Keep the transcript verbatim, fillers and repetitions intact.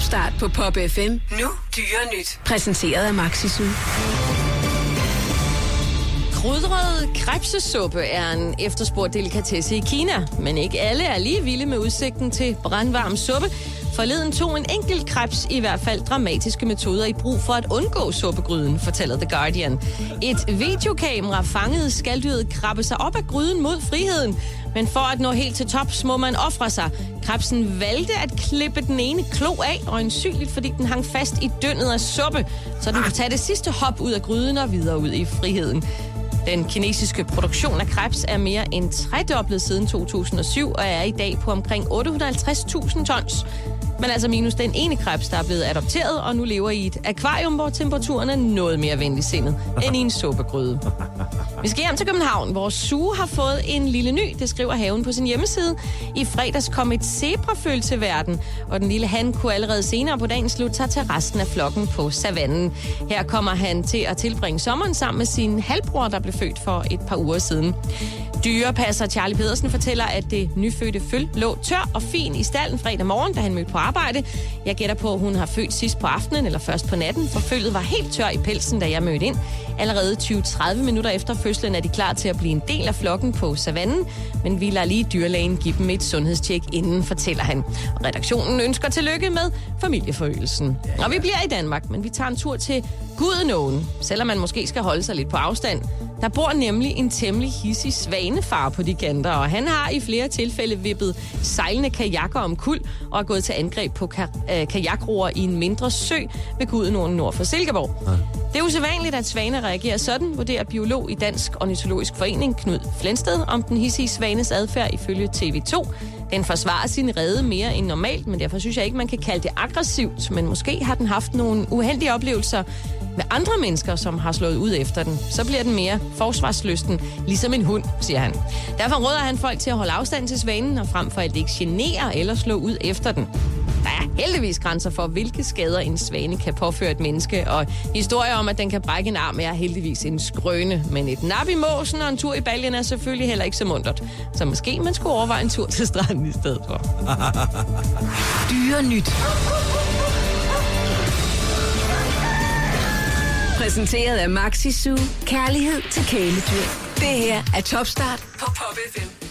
Topstart på Pop F M. Nu dyre nyt. Præsenteret af Maxisud. Krydret krebsesuppe er en efterspurgt delikatesse i Kina, men ikke alle er lige vilde med udsigten til brandvarm suppe. Forleden tog en enkelt krebs i hvert fald dramatiske metoder i brug for at undgå suppegryden, fortæller The Guardian. Et videokamera fangede skalddyret krabbe sig op af gryden mod friheden, men for at nå helt til tops må man ofre sig. Krebsen valgte at klippe den ene klo af, øjensynligt fordi den hang fast i dyndet af suppe, så den kunne tage det sidste hop ud af gryden og videre ud i friheden. Den kinesiske produktion af krebs er mere end tredoblet siden to tusind og syv og er i dag på omkring otte hundrede og halvtreds tusind tons. Men altså minus den ene krebs, der er blevet adopteret og nu lever i et akvarium, hvor temperaturen er noget mere venligsindet end i en suppegryde. Vi skal hjem til København, hvor Sue har fået en lille ny, det skriver haven på sin hjemmeside. I fredags kom et zebraføl til verden, og den lille han kunne allerede senere på dagen slutte sig til resten af flokken på savannen. Her kommer han til at tilbringe sommeren sammen med sin halvbror, der blev født for et par uger siden. Dyrepasser Charlie Pedersen fortæller, at det nyfødte føl lå tør og fin i stalden fredag morgen, da han mødte på arbejde. Jeg gætter på, at hun har født sidst på aftenen eller først på natten, for føllet var helt tør i pelsen, da jeg mødte ind. Allerede tyve til tredive minutter efter fødslen er de klar til at blive en del af flokken på savannen, men vi lader lige dyrlægen give dem et sundhedstjek inden, fortæller han. Og redaktionen ønsker tillykke med familieforøgelsen. Og vi bliver i Danmark, men vi tager en tur til Gudenåen, selvom man måske skal holde sig lidt på afstand. Der bor nemlig en temmelig hissig svanefar på de kanter, og han har i flere tilfælde vippet sejlende kajakker om kul og er gået til angreb på ka- øh, kajakroer i en mindre sø ved Gudenåen nord for Silkeborg. Ja. Det er usædvanligt, at svaner reagerer sådan, vurderer biolog i Dansk Ornitologisk Forening Knud Flensted om den hissige svanes adfærd ifølge T V to. Den forsvarer sin rede mere end normalt, men derfor synes jeg ikke, man kan kalde det aggressivt. Men måske har den haft nogle uheldige oplevelser med andre mennesker, som har slået ud efter den. Så bliver den mere forsvarslysten, ligesom en hund, siger han. Derfor råder han folk til at holde afstand til svanen, og frem for alt ikke genere eller slå ud efter den. Der er heldigvis grænser for, hvilke skader en svane kan påføre et menneske, og historier om, at den kan brække en arm, er heldigvis en skrøne. Men et nap i måsen og en tur i baljen er selvfølgelig heller ikke så muntert. Så måske man skulle overveje en tur til stranden i stedet for. Dyre nyt. Præsenteret af Maxisud. Kærlighed til kæledyr. Det her er Topstart på Pop F M.